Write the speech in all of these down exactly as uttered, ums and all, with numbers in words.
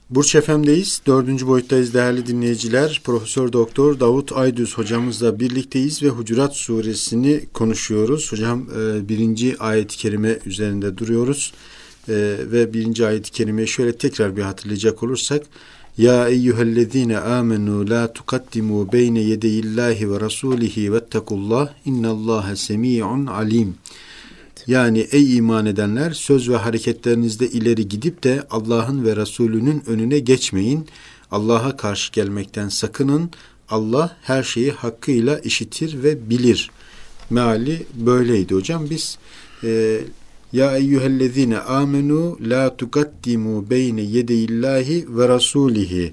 Burç F M'deyiz. Dördüncü boyuttayız değerli dinleyiciler. Profesör Doktor Davut Aydüz hocamızla birlikteyiz ve Hucurat Suresini konuşuyoruz. Hocam birinci ayet-i kerime üzerinde duruyoruz. Ve birinci ayet-i kerimeyi şöyle tekrar bir hatırlayacak olursak: Ya eyyühellezine amenu la tukaddimu beyne yedeyillahi ve rasulihi vettekullah innallâhe semî'un alim. Yani ey iman edenler, söz ve hareketlerinizde ileri gidip de Allah'ın ve Resulünün önüne geçmeyin. Allah'a karşı gelmekten sakının. Allah her şeyi hakkıyla işitir ve bilir. Meali böyleydi hocam. Biz e, Ya eyyühellezine amenu la tukaddimu beyne yedeyillahi ve rasulihi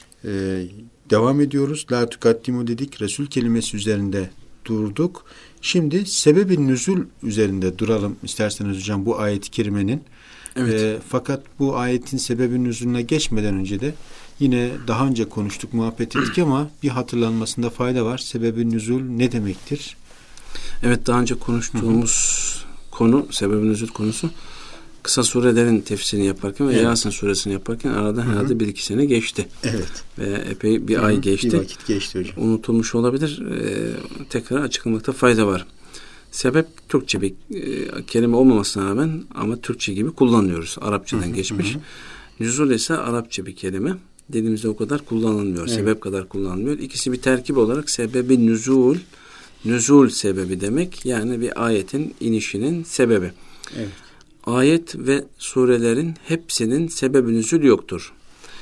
e, devam ediyoruz. La tukaddimu dedik. Resul kelimesi üzerinde durduk. Şimdi sebebi nüzul üzerinde duralım isterseniz hocam bu ayet-i kerimenin. Evet. E, fakat bu ayetin sebebi nüzulüne geçmeden önce de yine daha önce konuştuk, muhabbet ettik ama bir hatırlanmasında fayda var. Sebebi nüzul ne demektir? Evet, daha önce konuştuğumuz Hı-hı. konu, sebebi nüzul konusu kısa surelerin tefsirini yaparken ve evet. Yasin suresini yaparken arada Hı-hı. herhalde bir iki sene geçti. Evet. Ve epey bir Hı-hı. ay geçti. Bir vakit geçti hocam. Unutulmuş olabilir. Ee, tekrar açıklamakta fayda var. Sebep Türkçe bir e, kelime olmamasına rağmen ama Türkçe gibi kullanıyoruz. Arapçadan Hı-hı. geçmiş. Hı-hı. Nüzul ise Arapça bir kelime. Dilimizde o kadar kullanılmıyor. Evet. Sebep kadar kullanılmıyor. İkisi bir terkip olarak sebebi nüzul, nüzul sebebi demek. Yani bir ayetin inişinin sebebi. Evet. Ayet ve surelerin hepsinin sebebi nüzul yoktur.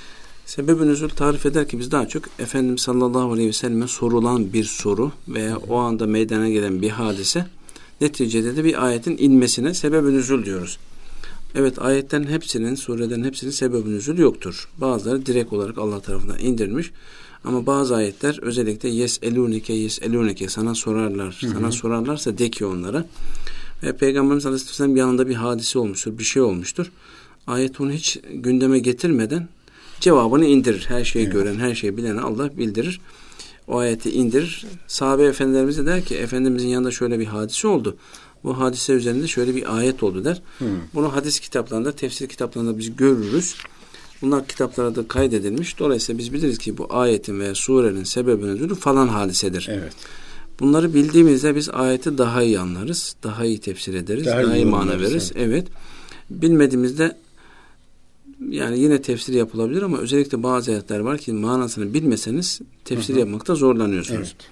Sebebi nüzul tarif eder ki biz daha çok Efendimiz sallallahu aleyhi ve selleme sorulan bir soru veya o anda meydana gelen bir hadise, neticede de bir ayetin inmesine sebebi nüzul diyoruz. Evet, ayetlerin hepsinin, surelerin hepsinin sebebi nüzul yoktur. Bazıları direkt olarak Allah tarafından indirilmiş. Ama bazı ayetler özellikle yeselûnike yeselûnike sana sorarlar. Hı hı. Sana sorarlarsa de ki onlara. Ve Peygamberimiz Aleyhisselam yanında bir hadise olmuştur, bir şey olmuştur. Ayet onu hiç gündeme getirmeden cevabını indirir. Her şeyi evet. gören, her şeyi bilene Allah bildirir. O ayeti indirir. Sahabe efendilerimiz de der ki Efendimizin yanında şöyle bir hadise oldu. Bu hadise üzerinde şöyle bir ayet oldu der. Hmm. Bunu hadis kitaplarında, tefsir kitaplarında biz görürüz. Bunlar kitaplara da kaydedilmiş. Dolayısıyla biz biliriz ki bu ayetin veya surenin sebebi nüzulü falan hadisedir. Evet. Bunları bildiğimizde biz ayeti daha iyi anlarız. Daha iyi tefsir ederiz. Daha, daha iyi mana veririz. Evet. evet. Bilmediğimizde yani yine tefsir yapılabilir ama özellikle bazı ayetler var ki manasını bilmeseniz tefsir Hı-hı. yapmakta zorlanıyorsunuz. Evet.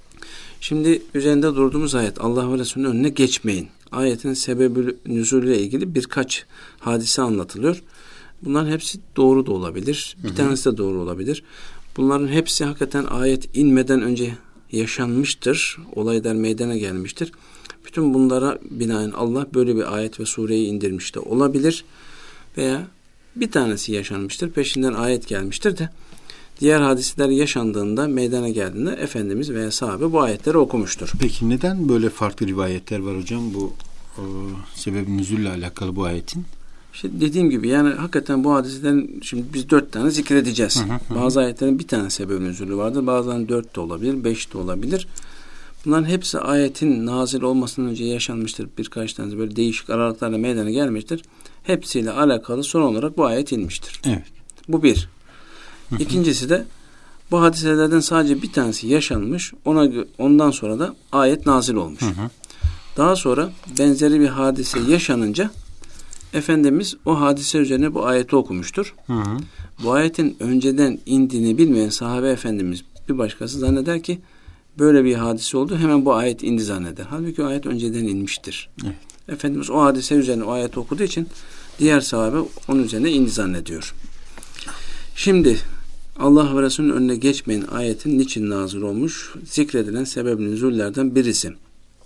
Şimdi üzerinde durduğumuz ayet Allah ve Resulü'nün önüne geçmeyin. Ayetin sebebi nüzulüyle ilgili birkaç hadise anlatılıyor. Bunların hepsi doğru da olabilir. Bir Hı-hı. tanesi de doğru olabilir. Bunların hepsi hakikaten ayet inmeden önce yaşanmıştır. Olaylar meydana gelmiştir. Bütün bunlara binaen Allah böyle bir ayet ve sureyi indirmiş de olabilir. Veya bir tanesi yaşanmıştır. Peşinden ayet gelmiştir de diğer hadiseler yaşandığında, meydana geldiğinde Efendimiz veya sahabe bu ayetleri okumuştur. Peki neden böyle farklı rivayetler var hocam bu o, sebebi nüzulle alakalı bu ayetin? İşte dediğim gibi yani hakikaten bu hadiselerin şimdi biz dört tane zikredeceğiz. Hı hı hı. Bazı ayetlerin bir tane sebebi nüzulü vardır. Bazen dört de olabilir, beş de olabilir. Bunların hepsi ayetin nazil olmasından önce yaşanmıştır. Birkaç tane böyle değişik aralıklarla meydana gelmiştir. Hepsiyle alakalı son olarak bu ayet inmiştir. Evet. Bu bir. Hı hı. İkincisi de bu hadiselerden sadece bir tanesi yaşanmış. Ona ondan sonra da ayet nazil olmuş. Hı hı. Daha sonra benzeri bir hadise yaşanınca Efendimiz o hadise üzerine bu ayeti okumuştur. Hı hı. Bu ayetin önceden indiğini bilmeyen sahabe efendimiz bir başkası zanneder ki böyle bir hadise oldu, hemen bu ayet indi zanneder. Halbuki o ayet önceden inmiştir. Evet. Efendimiz o hadise üzerine o ayeti okuduğu için diğer sahabe onun üzerine indi zannediyor. Şimdi Allah ve Resulünün önüne geçmeyin ayetin niçin nazil olmuş? Zikredilen sebeb-i nüzullerden birisi.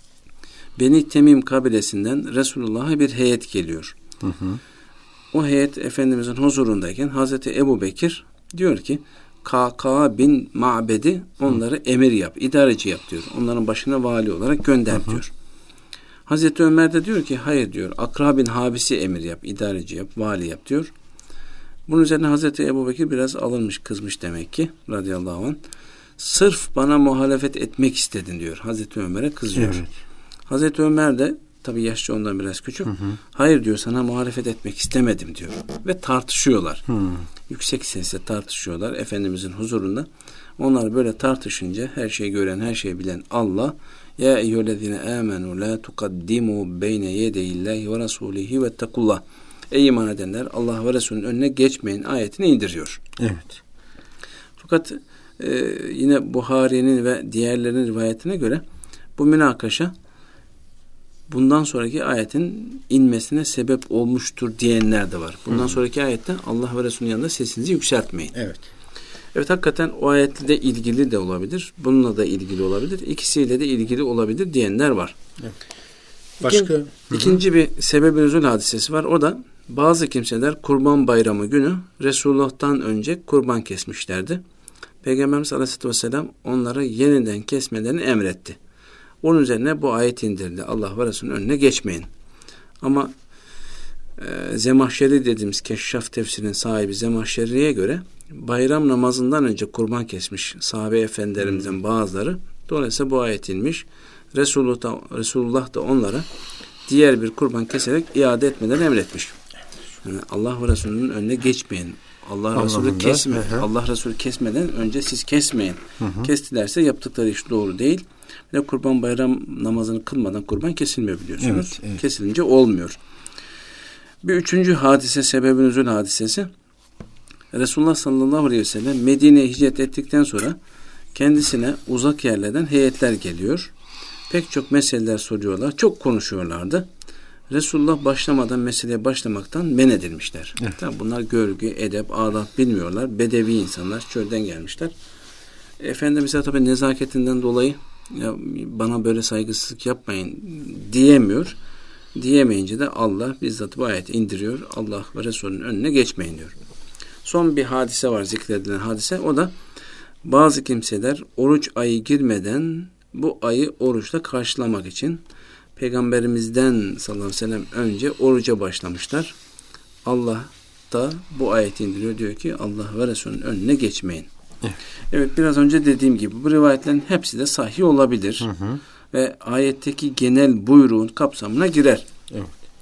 Beni Temim kabilesinden Resulullah'a bir heyet geliyor. Hı hı. O heyet Efendimizin huzurundayken Hazreti Ebu Bekir diyor ki Kaka bin Ma'bed'i onları hı. emir yap, idareci yap diyor. Onların başına vali olarak gönder hı hı. diyor. Hazreti Ömer de diyor ki hayır diyor. Akra bin Habis'i emir yap, idareci yap, vali yap diyor. Bunun üzerine Hazreti Ebu Bekir biraz alınmış, kızmış demek ki radıyallahu anh. Sırf bana muhalefet etmek istedin diyor. Hazreti Ömer'e kızıyor. Evet. Hazreti Ömer de tabii yaşça ondan biraz küçük. Hı hı. Hayır diyor, sana muhalefet etmek istemedim diyor. Ve tartışıyorlar. Hı. Yüksek sesle tartışıyorlar Efendimizin huzurunda. Onlar böyle tartışınca her şeyi gören, her şeyi bilen Allah, ya eyyühellezine amenu la tukaddimu beyne yedeyillahi ve rasulihi vettekullah. Ey iman edenler, Allah ve Resulünün önüne geçmeyin ayetini indiriyor. Evet. Fakat e, yine Buhari'nin ve diğerlerinin rivayetine göre bu münakaşa bundan sonraki ayetin inmesine sebep olmuştur diyenler de var. Bundan Hı. sonraki ayette Allah ve Resulünün yanında sesinizi yükseltmeyin. Evet. Evet, hakikaten o ayetle de ilgili de olabilir. Bununla da ilgili olabilir. İkisiyle de ilgili olabilir diyenler var. Evet. Başka? İkin, ikinci bir sebeb-i nüzul hadisesi var. O da bazı kimseler Kurban Bayramı günü Resulullah'tan önce kurban kesmişlerdi. Peygamberimiz Aleyhisselatü Vesselam onlara yeniden kesmelerini emretti. Onun üzerine bu ayet indirildi. Allah ve Resulünün önüne geçmeyin. Ama e, Zemahşeri dediğimiz Keşşaf tefsirinin sahibi Zemahşeri'ye göre bayram namazından önce kurban kesmiş sahabe efendilerimizin bazıları. Dolayısıyla bu ayet inmiş. Resulullah da, Resulullah da onlara diğer bir kurban keserek iade etmeden emretmiş. Yani Allah ve Resulünün önüne geçmeyin. Allah Resulü kesme. Allah Resulü kesmeden önce siz kesmeyin. Hı hı. Kestilerse yaptıkları iş doğru değil. Ve kurban bayram namazını kılmadan kurban kesilmiyor biliyorsunuz. Evet, evet. Kesilince olmuyor. Bir üçüncü hadise, sebeb-i nüzul hadisesi. Resulullah sallallahu aleyhi ve sellem Medine'ye hicret ettikten sonra kendisine uzak yerlerden heyetler geliyor. Pek çok meseleler soruyorlar. Çok konuşuyorlardı. Resulullah başlamadan meseleye başlamaktan men edilmişler. Evet. Tabii bunlar görgü, edep, adab bilmiyorlar. Bedevi insanlar, çölden gelmişler. Efendimiz'e tabii nezaketinden dolayı ya bana böyle saygısızlık yapmayın diyemiyor. Diyemeyince de Allah bizzat bu ayeti indiriyor. Allah ve Resulünün önüne geçmeyin diyor. Son bir hadise var, zikredilen hadise. O da bazı kimseler oruç ayı girmeden bu ayı oruçla karşılamak için Peygamberimizden sallallahu aleyhi ve sellem önce oruca başlamışlar. Allah da bu ayeti indiriyor. Diyor ki Allah ve Resulünün önüne geçmeyin. Evet. Evet, biraz önce dediğim gibi bu rivayetlerin hepsi de sahih olabilir. Hı hı. Ve ayetteki genel buyruğun kapsamına girer. Evet.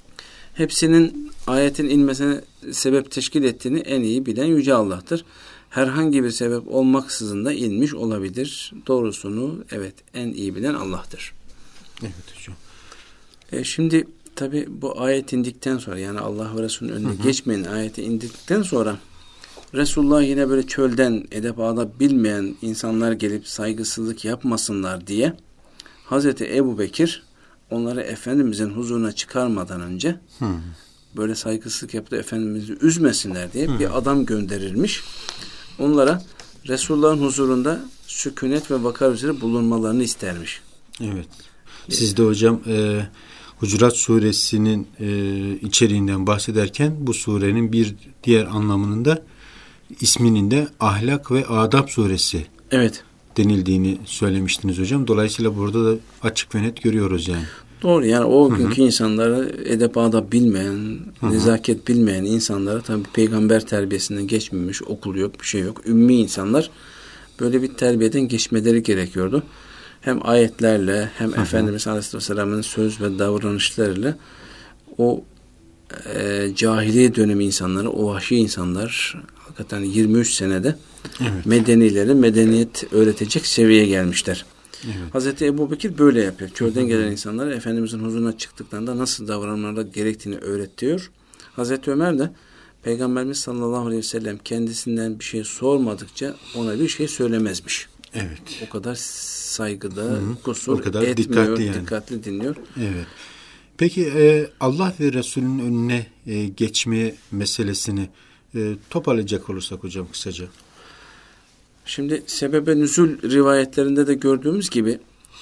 Hepsinin ayetin inmesine sebep teşkil ettiğini en iyi bilen Yüce Allah'tır. Herhangi bir sebep olmaksızın da inmiş olabilir. Doğrusunu evet en iyi bilen Allah'tır. Evet hocam. E şimdi tabi bu ayet indikten sonra, yani Allah ve Resulünün önüne hı hı. geçmeyin ayeti indikten sonra Resulullah yine böyle çölden edep adab bilmeyen insanlar gelip saygısızlık yapmasınlar diye Hazreti Ebu Bekir onları Efendimizin huzuruna çıkarmadan önce hı. böyle saygısızlık yapıp Efendimiz'i üzmesinler diye hı. bir adam gönderilmiş. Onlara Resulullah'ın huzurunda sükunet ve vakar üzere bulunmalarını istermiş. Evet. Siz de hocam e, Hucurat suresinin e, içeriğinden bahsederken bu surenin bir diğer anlamının da isminin de ahlak ve adab suresi evet. denildiğini söylemiştiniz hocam. Dolayısıyla burada da açık ve net görüyoruz yani. Doğru, yani o Hı-hı. günkü insanları edep adab bilmeyen, Hı-hı. nezaket bilmeyen insanlara tabii peygamber terbiyesinden geçmemiş, okul yok, bir şey yok. Ümmi insanlar böyle bir terbiyeden geçmeleri gerekiyordu. Hem ayetlerle hem Hı-hı. Efendimiz Aleyhisselam'ın söz ve davranışlarıyla o e, cahiliye dönemi insanları, o vahşi insanlar hakikaten yirmi üç senede evet. medenilere medeniyet öğretecek seviyeye gelmişler. Evet. Hazreti Ebu Bekir böyle yapıyor. Çölden Hı-hı. gelen insanlara Efendimizin huzuruna çıktıklarında nasıl davranmaları gerektiğini öğretiyor. Hazreti Ömer de Peygamberimiz sallallahu aleyhi ve sellem kendisinden bir şey sormadıkça ona bir şey söylemezmiş. Evet. O kadar saygıda Hı-hı. kusur o kadar etmiyor, dikkatli, yani. dikkatli dinliyor. Evet. Peki e, Allah ve Resulünün önüne e, geçme meselesini e, toparlayacak olursak hocam kısaca. Şimdi sebebe nüzul rivayetlerinde de gördüğümüz gibi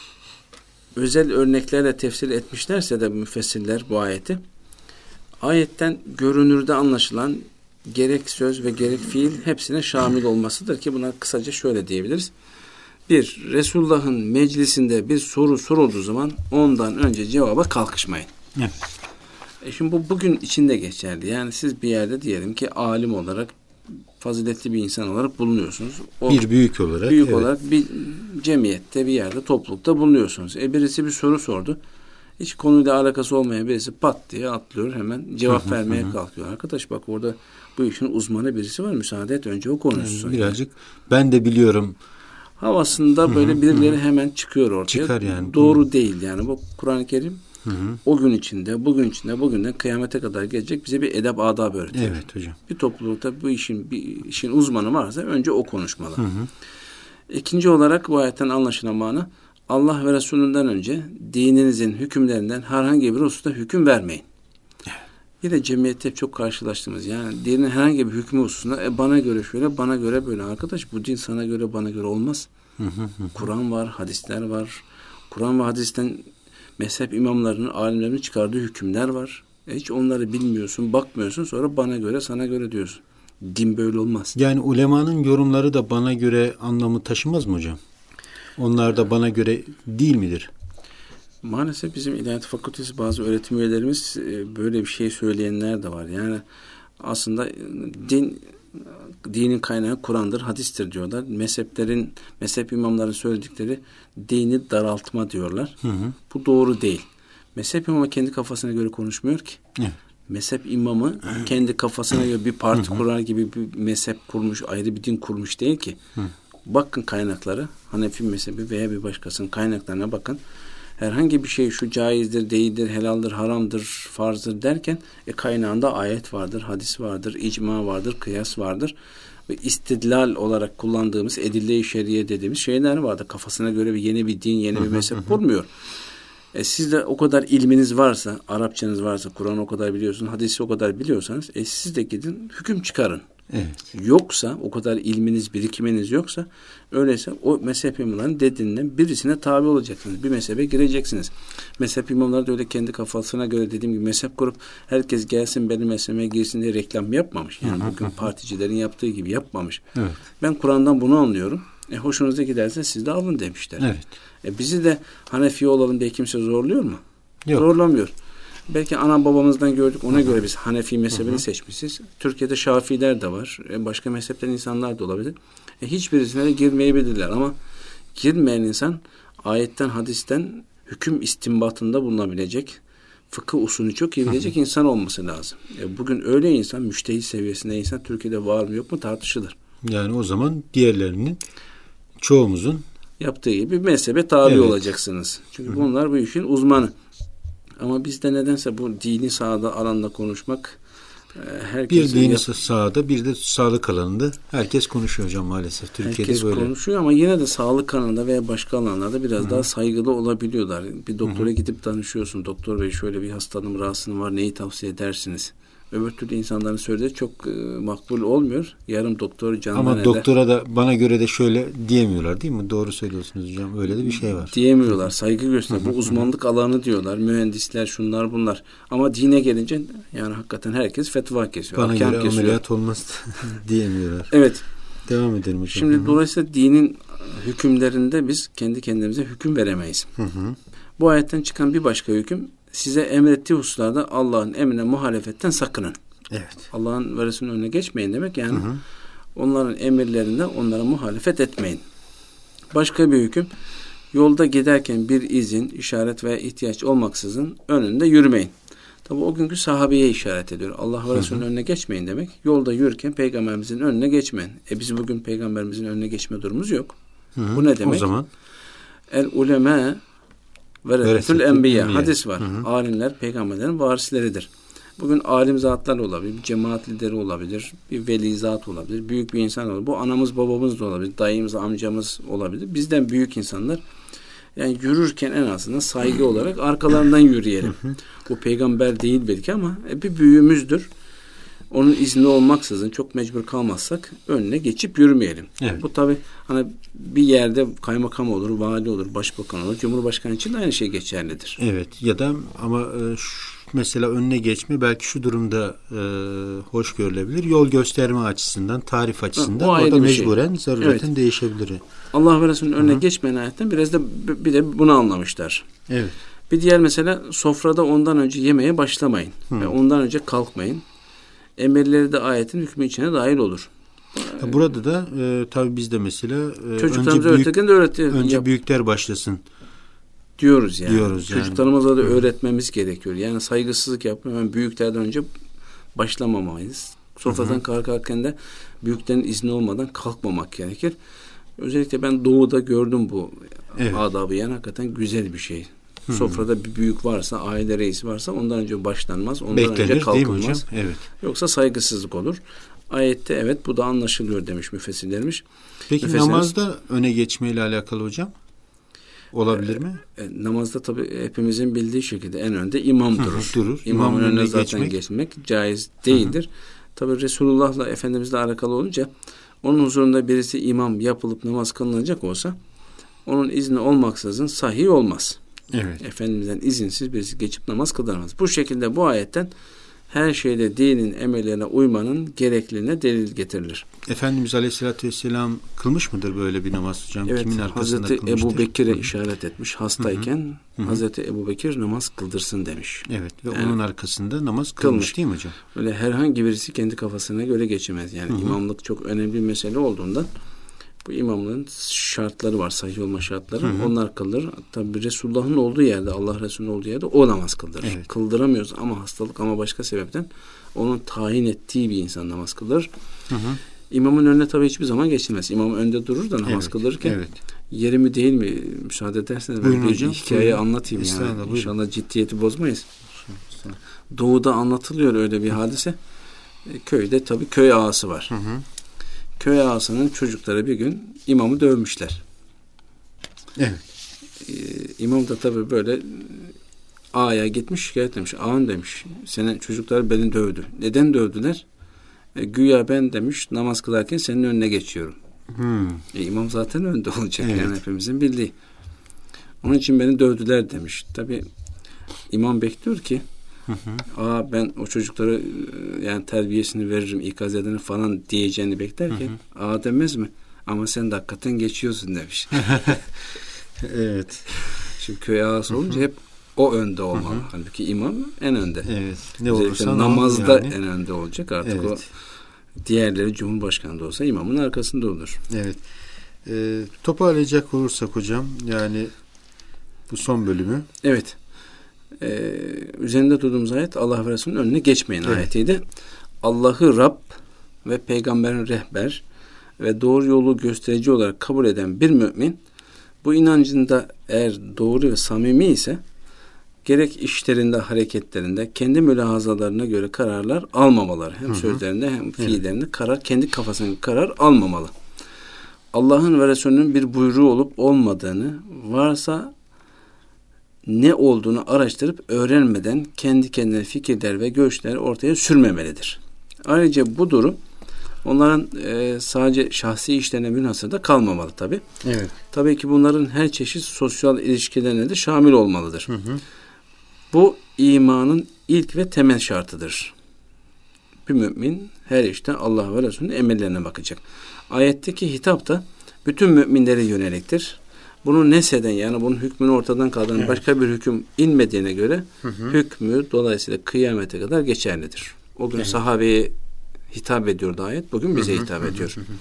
özel örneklerle tefsir etmişlerse de müfessirler bu ayeti, ayetten görünürde anlaşılan gerek söz ve gerek fiil hepsine şamil olmasıdır ki buna kısaca şöyle diyebiliriz. Bir, Resulullah'ın meclisinde bir soru sorulduğu zaman ondan önce cevaba kalkışmayın. Evet. E şimdi bu bugün içinde geçerli. Yani siz bir yerde diyelim ki alim olarak, faziletli bir insan olarak bulunuyorsunuz. O, bir büyük olarak. Büyük evet. olarak bir cemiyette, bir yerde, toplulukta bulunuyorsunuz. E birisi bir soru sordu. Hiç konuyla alakası olmayan birisi pat diye atlıyor, hemen cevap vermeye kalkıyor. Arkadaş bak, orada bu işin uzmanı birisi var, müsaade et önce o konuşsun. Yani birazcık yani. Ben de biliyorum havasında böyle birileri hemen çıkıyor ortaya. Çıkar yani. Doğru değil yani. Bu Kur'an-ı Kerim Hı hı. o gün içinde, bugün içinde, bugünden kıyamete kadar gelecek bize bir edep, adab öğretiyor. Evet hocam. Bir toplulukta bu işin bir işin uzmanı varsa önce o konuşmalı. Hı hı. İkinci olarak bu ayetten anlaşılan mana, Allah ve Resulünden önce dininizin hükümlerinden herhangi bir hususta hüküm vermeyin. Evet. Yine cemiyette hep çok karşılaştığımız, yani dinin herhangi bir hükmü hususunda e, bana göre şöyle, bana göre böyle. Arkadaş, bu din sana göre, bana göre olmaz. Hı hı hı. Kur'an var, hadisler var. Kur'an ve hadisten mezhep imamlarının, alimlerinin çıkardığı hükümler var. E hiç onları bilmiyorsun, bakmıyorsun, sonra bana göre, sana göre diyorsun. Din böyle olmaz. Yani ulemanın yorumları da bana göre anlamı taşımaz mı hocam? Onlar da bana göre değil midir? Maalesef bizim İlahiyat Fakültesi bazı öğretim üyelerimiz böyle bir şey söyleyenler de var. Yani aslında din, dinin kaynağı Kur'an'dır, hadistir diyorlar. Mezheplerin, mezhep imamların söyledikleri dini daraltma diyorlar. Hı hı. Bu doğru değil. Mezhep imamı kendi kafasına göre konuşmuyor ki. Evet. Mezhep imamı kendi kafasına göre bir parti kurar gibi bir mezhep kurmuş, ayrı bir din kurmuş değil ki. Hı. Bakın kaynakları, Hanefi mezhebi veya bir başkasının kaynaklarına bakın. Herhangi bir şey şu caizdir, değildir, helaldir, haramdır, farzdır derken e, kaynağında ayet vardır, hadis vardır, icma vardır, kıyas vardır. Ve istidlal olarak kullandığımız edille-i şeriye dediğimiz şeyler vardır. Kafasına göre bir yeni bir din, yeni bir mezhep kurmuyor. E, siz de o kadar ilminiz varsa, Arapçanız varsa, Kur'an o kadar biliyorsunuz, hadisi o kadar biliyorsanız e, siz de gidin hüküm çıkarın. Evet. Yoksa, o kadar ilminiz, birikiminiz yoksa, öyleyse o mezhep imamlarının dediğinden birisine tabi olacaksınız. Bir mezhebe gireceksiniz. Mezhep imamları da öyle kendi kafasına göre dediğim gibi mezhep kurup herkes gelsin benim mezhebime girsin diye reklam yapmamış. Yani bugün particilerin yaptığı gibi yapmamış. Evet. Ben Kur'an'dan bunu anlıyorum. E hoşunuza giderse siz de alın demişler. Evet. E bizi de Hanefi olalım diye kimse zorluyor mu? Yok. Zorlamıyor. Belki anam babamızdan gördük, ona göre biz Hanefi mezhebini hı hı. seçmişiz. Türkiye'de Şafiiler de var. Başka mezhepten insanlar da olabilir. E, hiçbirisine de girmeyebilirler ama girmeyen insan ayetten, hadisten hüküm istinbatında bulunabilecek, fıkıh usulünü çok iyi bilecek hı hı. insan olması lazım. E, bugün öyle insan, müştehit seviyesinde insan Türkiye'de var mı yok mu tartışılır. Yani o zaman diğerlerinin, çoğumuzun yaptığı gibi bir mezhebe tabi evet. olacaksınız. Çünkü hı hı. bunlar bu işin uzmanı. Ama bizde nedense bu dini sahada alanda konuşmak bir dini yap- sahada bir de sağlık alanında herkes konuşuyor hocam maalesef. Türkiye'de herkes böyle. konuşuyor ama yine de sağlık alanında veya başka alanlarda biraz Hı-hı. daha saygılı olabiliyorlar. Bir doktora Hı-hı. gidip danışıyorsun. Doktor bey şöyle bir hastalığım, rahatsızlığım var, neyi tavsiye edersiniz? Öbür türlü insanların söylediği çok e, makbul olmuyor. Yarım doktor canlı Ama eder. doktora da bana göre de şöyle diyemiyorlar değil mi? Doğru söylüyorsunuz hocam. Öyle de bir şey var. Diyemiyorlar. Saygı gösteriyor. Bu uzmanlık alanı diyorlar. Mühendisler şunlar bunlar. Ama dine gelince yani hakikaten herkes fetva kesiyor. Bana Ahkam göre kesiyor. ameliyat olmaz diyemiyorlar. Evet. Devam edelim hocam. Şimdi Hı-hı. dolayısıyla dinin hükümlerinde biz kendi kendimize hüküm veremeyiz. Hı hı. Bu ayetten çıkan bir başka hüküm, size emrettiği hususlarda Allah'ın emrine muhalefetten sakının. Evet. Allah'ın ve Resulünün önüne geçmeyin demek. Yani hı hı. onların emirlerinde onlara muhalefet etmeyin. Başka bir hüküm, yolda giderken bir izin, işaret veya ihtiyaç olmaksızın önünde yürümeyin. Tabi o günkü sahabeye işaret ediyor. Allah ve Resulünün önüne geçmeyin demek. Yolda yürürken peygamberimizin önüne geçmeyin. E biz bugün peygamberimizin önüne geçme durumumuz yok. Hı hı. Bu ne demek? O zaman El ulema veretül enbiya. Hadis var. Hı hı. Alimler peygamberlerin varisleridir. Bugün alim zatlar olabilir, bir cemaat lideri olabilir, bir veli zat olabilir, büyük bir insan olabilir. Bu anamız babamız da olabilir, dayımız, amcamız olabilir. Bizden büyük insanlar. Yani yürürken en azından saygı olarak arkalarından yürüyelim. Bu peygamber değil belki ama bir büyüğümüzdür. Onun izni olmaksızın çok mecbur kalmazsak önüne geçip yürümeyelim. Evet. Bu tabii hani bir yerde kaymakam olur, vali olur, başbakan olur, cumhurbaşkanı için de aynı şey geçerlidir. Evet ya da ama e, şu, mesela önüne geçme belki şu durumda e, hoş görülebilir. Yol gösterme açısından, tarif açısından ha, orada mecburen şey. zarureten evet. değişebilir. Allah ve Resulünün önüne geçmeyen ayetten biraz da bir de bunu anlamışlar. Evet. Bir diğer mesele, sofrada ondan önce yemeye başlamayın. Hı. Ve ondan önce kalkmayın. Emirleri de ayetin hükmü içine dahil olur. Burada da e, tabii biz de mesela e, çocuklarımıza önce, büyük, öğretirken de öğretir. önce yap. büyükler başlasın diyoruz yani. Diyoruz yani. Çocuklarımıza da öğretmemiz gerekiyor. Yani saygısızlık yapmıyor. Yani büyüklerden önce başlamamalıyız. Sofradan kalkarken de büyüklerin izni olmadan kalkmamak gerekir. Özellikle ben doğuda gördüm bu evet. adabı. Yani hakikaten güzel bir şey. Hı-hı. Sofrada bir büyük varsa, aile reisi varsa ondan önce başlanmaz. Ondan Beklenir, önce kalkılmaz. Evet. Yoksa saygısızlık olur. Ayette evet bu da anlaşılıyor demiş müfessirlerimiz. Peki Müfessirlerimiz, namazda öne geçmeyle alakalı hocam? Olabilir mi? E, namazda tabii hepimizin bildiği şekilde en önde imam durur. durur. İmamın İmamın önüne zaten geçmek, geçmek caiz değildir. Tabii Resulullah'la Efendimiz'le alakalı olunca onun huzurunda birisi imam yapılıp namaz kılınacak olsa onun izni olmaksızın sahih olmaz. Evet. Efendimiz'den izinsiz birisi geçip namaz kılamaz. Bu şekilde bu ayetten her şeyde dinin emellerine uymanın gerekliliğine delil getirilir. Efendimiz Aleyhisselatü Vesselam kılmış mıdır böyle bir namaz hocam? Evet, Kimin arkasında Hazreti kılmıştır? Ebu Bekir'e işaret etmiş. Hastayken hı hı. Hazreti Ebu Bekir namaz kıldırsın demiş. Evet ve yani, onun arkasında namaz kılmış, kılmış değil mi hocam? Böyle herhangi birisi kendi kafasına göre geçemez. Yani hı hı. imamlık çok önemli bir mesele olduğundan bu imamlığın şartları var. Sahih olma şartları. Hı hı. Onlar kıldır. Tabi Resulullah'ın olduğu yerde, Allah Resulü'nün olduğu yerde o namaz kıldırır. Evet. Kıldıramıyoruz ama hastalık ama başka sebepten onun tayin ettiği bir insan namaz kıldırır. Hı hı. İmamın önüne tabii hiçbir zaman geçilmez. İmam önde durur da namaz evet. kıldırırken evet. yeri mi değil mi müsaade ederseniz ben bir hocam, hikaye buyurun. anlatayım. Yani. İnşallah ciddiyeti bozmayız. Doğu'da anlatılıyor öyle bir hadise. Köyde tabii köy ağası var. Hı hı. Köy ağasının çocukları bir gün imamı dövmüşler. Evet. Ee, imam da tabii böyle ağaya gitmiş şikayet etmiş. Ağam demiş senin çocuklar beni dövdü. Neden dövdüler? E, güya ben demiş namaz kılarken senin önüne geçiyorum. Hmm. E, imam zaten önde olacak evet. yani hepimizin bildiği. Onun için beni dövdüler demiş. Tabii imam bekliyor ki Hı hı. Aa ben o çocuklara yani terbiyesini veririm, ikaz ederim falan diyeceğini beklerken hı hı. aa demez mi? Ama sen de hakikaten geçiyorsun demiş. Evet. Şimdi köy ağası olunca hep o önde olmalı. Hı hı. Halbuki imam en önde. Evet. Ne olursa namazda yani. en önde olacak. Artık evet. o diğerleri Cumhurbaşkanı da olsa imamın arkasında olur. Evet. Ee, toparlayacak olursak hocam yani bu son bölümü. Evet. Ee, üzerinde durduğumuz ayet Allah ve Resulü'nün önüne geçmeyin evet. ayetiydi. Allah'ı Rab ve peygamberin rehber ve doğru yolu gösterici olarak kabul eden bir mümin bu inancında eğer doğru ve samimi ise gerek işlerinde, hareketlerinde kendi mülahazalarına göre kararlar almamaları. Hem hı hı. sözlerinde hem fiillerinde evet. karar, kendi kafasına karar almamalı. Allah'ın ve Resulünün bir buyruğu olup olmadığını varsa ne olduğunu araştırıp öğrenmeden kendi kendine fikirler ve görüşler ortaya sürmemelidir. Ayrıca bu durum onların e, sadece şahsi işlerine münhasır da kalmamalı tabii. Evet. Tabii ki bunların her çeşit sosyal ilişkilerine de şamil olmalıdır. Hı hı. Bu imanın ilk ve temel şartıdır. Bir mümin her işte Allah ve Resulünün emirlerine bakacak. Ayetteki hitap da bütün müminlere yöneliktir. Bunu nesheden yani bunun hükmünü ortadan kaldıran evet. başka bir hüküm inmediğine göre hı hı. hükmü dolayısıyla kıyamete kadar geçerlidir. O gün evet. sahabeye hitap ediyordu ayet. Bugün bize hı hı. hitap ediyor. Hı hı.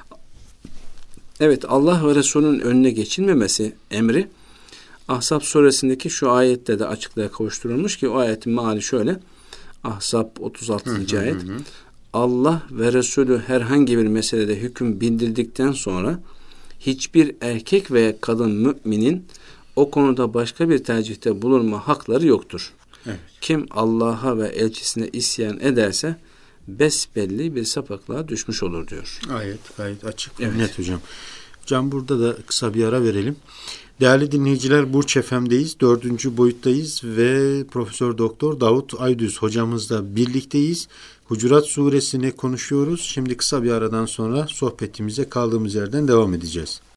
Evet Allah ve Resulünün önüne geçilmemesi emri Ahzab suresindeki şu ayette de açıklığa kavuşturulmuş ki o ayetin meali şöyle. Ahzab otuz altıncı ayet. Hı hı. Allah ve Resulü herhangi bir meselede hüküm bildirdikten sonra hiçbir erkek veya kadın müminin o konuda başka bir tercihte bulunma hakları yoktur. Evet. Kim Allah'a ve elçisine isyan ederse besbelli bir sapıklığa düşmüş olur diyor. Ayet gayet açık. Evet. Net hocam. Hocam burada da kısa bir ara verelim. Değerli dinleyiciler Burç F M'deyiz. Dördüncü boyuttayız ve Profesör Doktor Davut Aydüz hocamızla birlikteyiz. Hucurat Suresini konuşuyoruz. Şimdi kısa bir aradan sonra sohbetimize kaldığımız yerden devam edeceğiz.